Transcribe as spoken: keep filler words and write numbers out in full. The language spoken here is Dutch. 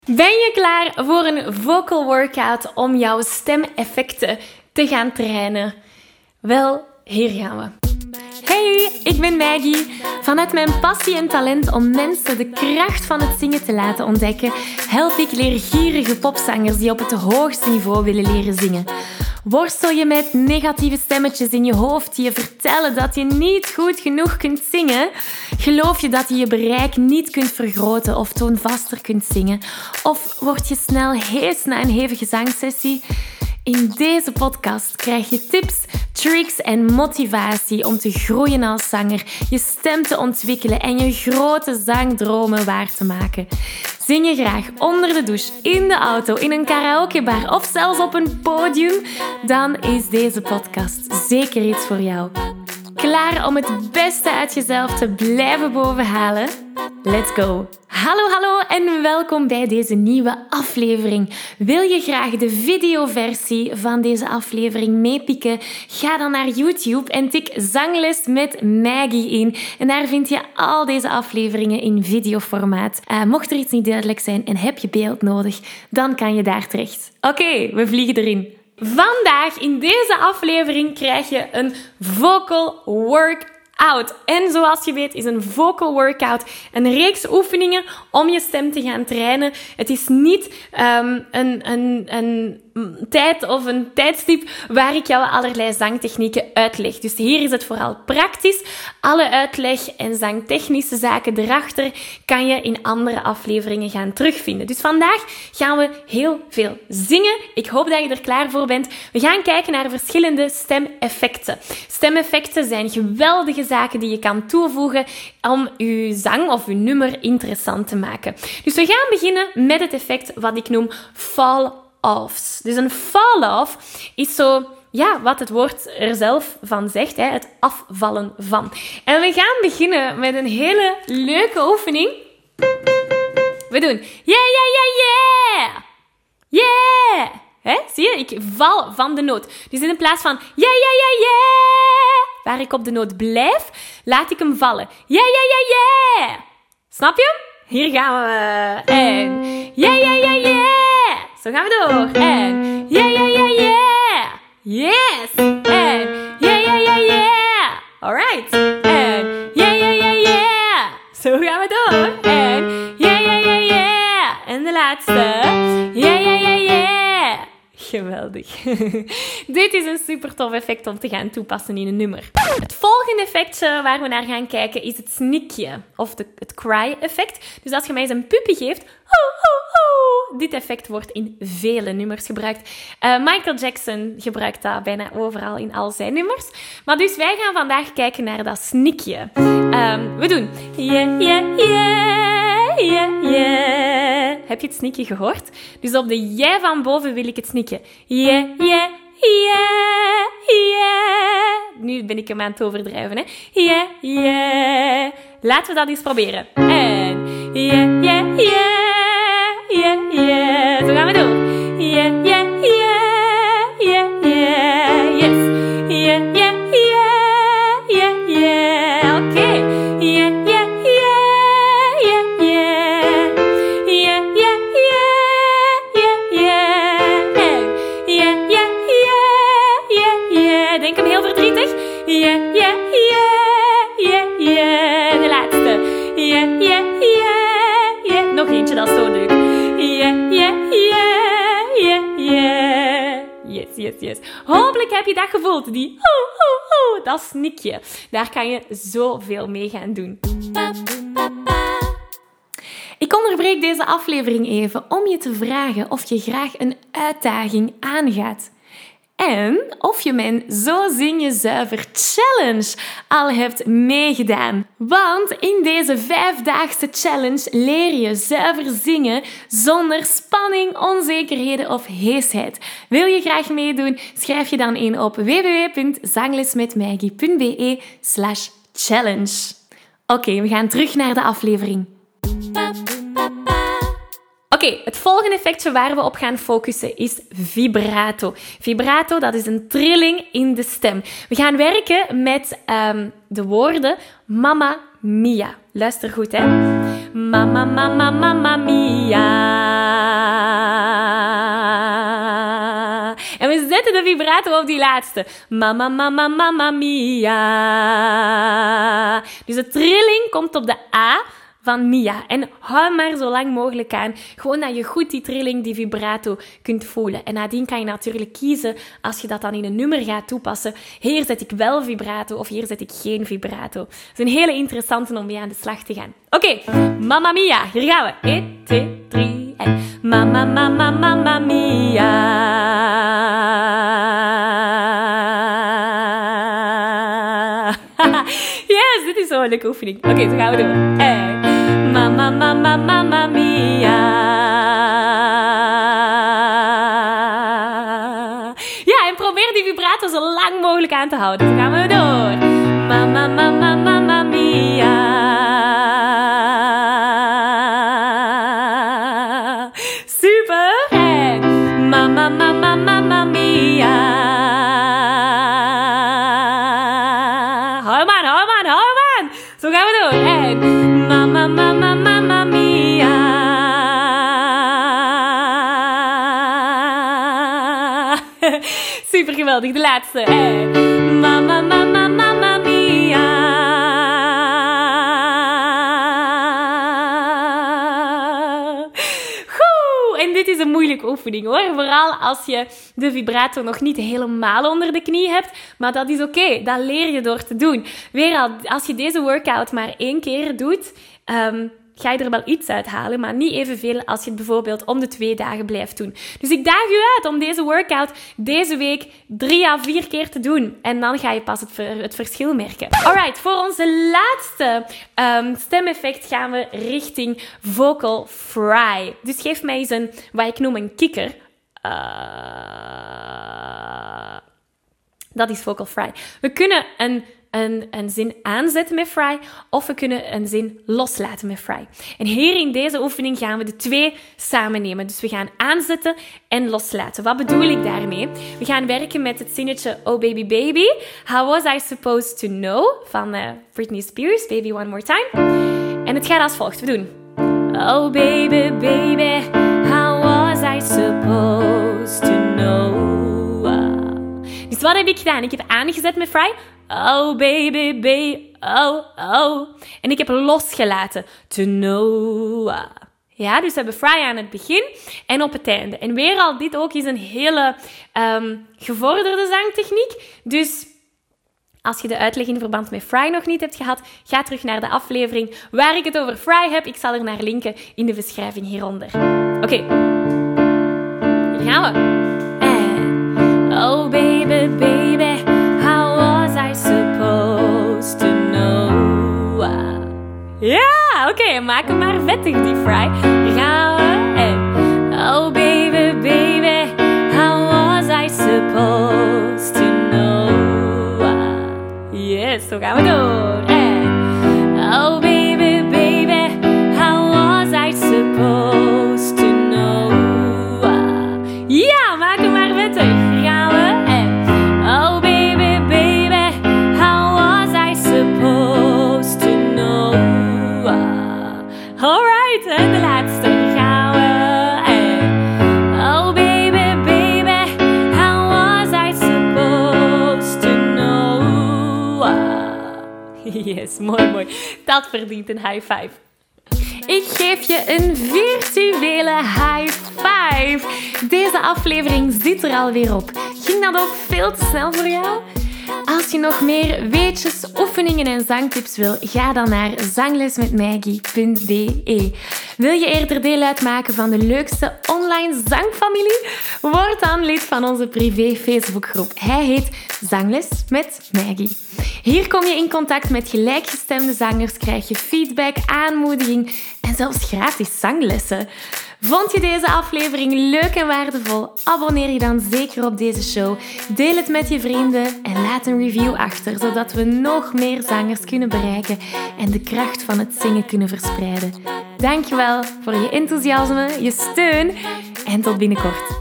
Ben je klaar voor een vocal workout om jouw stemeffecten te gaan trainen? Wel, hier gaan we. Hey, ik ben Maggie. Vanuit mijn passie en talent om mensen de kracht van het zingen te laten ontdekken, help ik leergierige popzangers die op het hoogste niveau willen leren zingen. Worstel je met negatieve stemmetjes in je hoofd die je vertellen dat je niet goed genoeg kunt zingen? Geloof je dat je je bereik niet kunt vergroten of toonvaster kunt zingen? Of word je snel hees na een hevige zangsessie? In deze podcast krijg je tips, tricks en motivatie om te groeien als zanger, je stem te ontwikkelen en je grote zangdromen waar te maken. Zing je graag onder de douche, in de auto, in een karaokebar of zelfs op een podium? Dan is deze podcast zeker iets voor jou. Klaar om het beste uit jezelf te blijven bovenhalen? Let's go! Hallo, hallo en welkom bij deze nieuwe aflevering. Wil je graag de videoversie van deze aflevering meepikken? Ga dan naar YouTube en tik Zangles met Maggie in. En daar vind je al deze afleveringen in videoformaat. Uh, mocht er iets niet duidelijk zijn en heb je beeld nodig, dan kan je daar terecht. Oké, okay, we vliegen erin. Vandaag in deze aflevering krijg je een vocal workout. En zoals je weet is een vocal workout een reeks oefeningen om je stem te gaan trainen. Het is niet um, een, een, een tijd of een tijdstip waar ik jou allerlei zangtechnieken uitleg. Dus hier is het vooral praktisch. Alle uitleg en zangtechnische zaken erachter kan je in andere afleveringen gaan terugvinden. Dus vandaag gaan we heel veel zingen. Ik hoop dat je er klaar voor bent. We gaan kijken naar verschillende stemeffecten. Stemeffecten zijn geweldige zaken die je kan toevoegen om je zang of je nummer interessant te maken. Dus we gaan beginnen met het effect wat ik noem fall-offs. Dus een fall-off is zo, ja, wat het woord er zelf van zegt, hè, het afvallen van. En we gaan beginnen met een hele leuke oefening. We doen yeah, yeah, yeah, yeah, yeah. Hè? Zie je? Ik val van de noot. Dus in plaats van yeah, yeah, yeah, yeah, waar ik op de noot blijf, laat ik hem vallen. Yeah, yeah, yeah, yeah. Snap je? Hier gaan we. En yeah, yeah, yeah, yeah. Zo gaan we door. En yeah, yeah, yeah, yeah. Yes. En yeah, yeah, yeah, yeah. Alright. En yeah, yeah, yeah, yeah. Zo gaan we door. En yeah, yeah, yeah, yeah. En de laatste. Yeah, yeah, yeah, yeah. Geweldig. Dit is een super tof effect om te gaan toepassen in een nummer. Het volgende effectje waar we naar gaan kijken is het snikje. Of de, het cry effect. Dus als je mij eens een puppy geeft. Ho, ho, ho. Dit effect wordt in vele nummers gebruikt. Uh, Michael Jackson gebruikt dat bijna overal in al zijn nummers. Maar dus wij gaan vandaag kijken naar dat snikje. Um, we doen yeah, yeah, yeah, yeah, yeah. Heb je het snikje gehoord? Dus op de jij van boven wil ik het snikje. Yeah, yeah, yeah, yeah. Nu ben ik hem aan het overdrijven, hè. Yeah, yeah. Laten we dat eens proberen. En yeah, yeah, yeah, yeah, yeah. Zo gaan we door. Yeah, yeah, yeah, yeah, yeah. Yes. Yeah, yeah, yeah, yeah, yeah. Oké. Okay. Yeah, yeah, yeah, yeah, yeah. Yeah, yeah, yeah, yeah, yeah. En yeah, yeah, yeah, yeah, yeah. Denk hem heel verdrietig. Yeah, yeah, yeah, yeah, yeah. De laatste. Yeah, yeah, yeah, yeah. Nog eentje, dat is zo leuk. Yeah, yeah, yeah, yeah, yeah. Yes, yes, yes. Hopelijk heb je dat gevoeld, die oh, oh, oh, dat snikje. Daar kan je zoveel mee gaan doen. Ik onderbreek deze aflevering even om je te vragen of je graag een uitdaging aangaat. En of je mijn Zo Zing Je Zuiver Challenge al hebt meegedaan. Want in deze vijfdaagse challenge leer je zuiver zingen zonder spanning, onzekerheden of heesheid. Wil je graag meedoen? Schrijf je dan in op w w w punt zanglesmetmaggie punt b e slash challenge. Oké, okay, we gaan terug naar de aflevering. Oké, okay, het volgende effectje waar we op gaan focussen is vibrato. Vibrato, dat is een trilling in de stem. We gaan werken met um, de woorden Mamma Mia. Luister goed, hè. Mamma, mamma, mamma mia. Zet de vibrato op die laatste. Mama, mama, mama mia. Dus de trilling komt op de A van Mia. En hou maar zo lang mogelijk aan. Gewoon dat je goed die trilling, die vibrato kunt voelen. En nadien kan je natuurlijk kiezen, als je dat dan in een nummer gaat toepassen. Hier zet ik wel vibrato of hier zet ik geen vibrato. Dat is een hele interessante om mee aan de slag te gaan. Oké, okay. Mamma Mia. Hier gaan we. een, twee, drie en... Mama, mama, mama mia. Yes, dit is zo'n leuke oefening. Oké, okay, zo gaan we doen. Hey. Mama, mama, mama mia. Ja, en probeer die vibrato zo lang mogelijk aan te houden. Zo gaan we door. Mama, mama, mama mia. Super. Hey. Mama, mama, mama mia. Hou maar, hou maar, hou maar. Zo gaan we door. Hey. Mama, mama, mama mia. Super geweldig, de laatste. Hey. Mama, mama, mama mia. Goed, en dit is een moeilijke oefening hoor. Vooral als je de vibrato nog niet helemaal onder de knie hebt. Maar dat is oké, okay. Dat leer je door te doen. Weer al, als je deze workout maar één keer doet... Um, ga je er wel iets uithalen, maar niet evenveel als je het bijvoorbeeld om de twee dagen blijft doen. Dus ik daag u uit om deze workout deze week drie à vier keer te doen. En dan ga je pas het, ver, het verschil merken. Alright, voor onze laatste um, stemeffect gaan we richting vocal fry. Dus geef mij eens een, wat ik noem een kikker. Uh, dat is vocal fry. We kunnen een... Een, een zin aanzetten met fry of we kunnen een zin loslaten met fry. En hier in deze oefening gaan we de twee samen nemen. Dus we gaan aanzetten en loslaten. Wat bedoel ik daarmee? We gaan werken met het zinnetje Oh baby baby. How was I supposed to know? Van uh, Britney Spears, Baby One More Time. En het gaat als volgt. We doen Oh baby baby, how was I supposed to know? Dus wat heb ik gedaan? Ik heb aangezet met fry. Oh baby, baby, oh, oh. En ik heb losgelaten. To know. Ja, dus we hebben fry aan het begin en op het einde. En weer al, dit ook is een hele um, gevorderde zangtechniek. Dus als je de uitleg in verband met fry nog niet hebt gehad, ga terug naar de aflevering waar ik het over fry heb. Ik zal er naar linken in de beschrijving hieronder. Oké, okay. Hier gaan we. And, oh baby, baby. How was I supposed to know? Ja, oké, okay, maak hem maar vettig, die fry. Hier gaan we. Hey. Oh baby, baby, how was I supposed to know? Yes, zo gaan we door. Hey. Oh baby, baby, how was I supposed to know? Ja, maak hem maar vettig. Hier gaan we. Hey. Oh baby, baby, how was I supposed to know? Alright, en de laatste. Hier gaan we. Hey. Oh baby, baby, how was I supposed to know? Yes, mooi, mooi. Dat verdient een high five. Ik geef je een virtuele high five. Deze aflevering zit er alweer op. Ging dat ook veel te snel voor jou? Als je nog meer weetjes, oefeningen en zangtips wil, ga dan naar zangles met maggie punt b e. Wil je eerder deel uitmaken van de leukste online zangfamilie? Word dan lid van onze privé Facebookgroep. Hij heet Zangles met Maggie. Hier kom je in contact met gelijkgestemde zangers, krijg je feedback, aanmoediging en zelfs gratis zanglessen. Vond je deze aflevering leuk en waardevol? Abonneer je dan zeker op deze show. Deel het met je vrienden en laat een review achter, zodat we nog meer zangers kunnen bereiken en de kracht van het zingen kunnen verspreiden. Dankjewel voor je enthousiasme, je steun en tot binnenkort.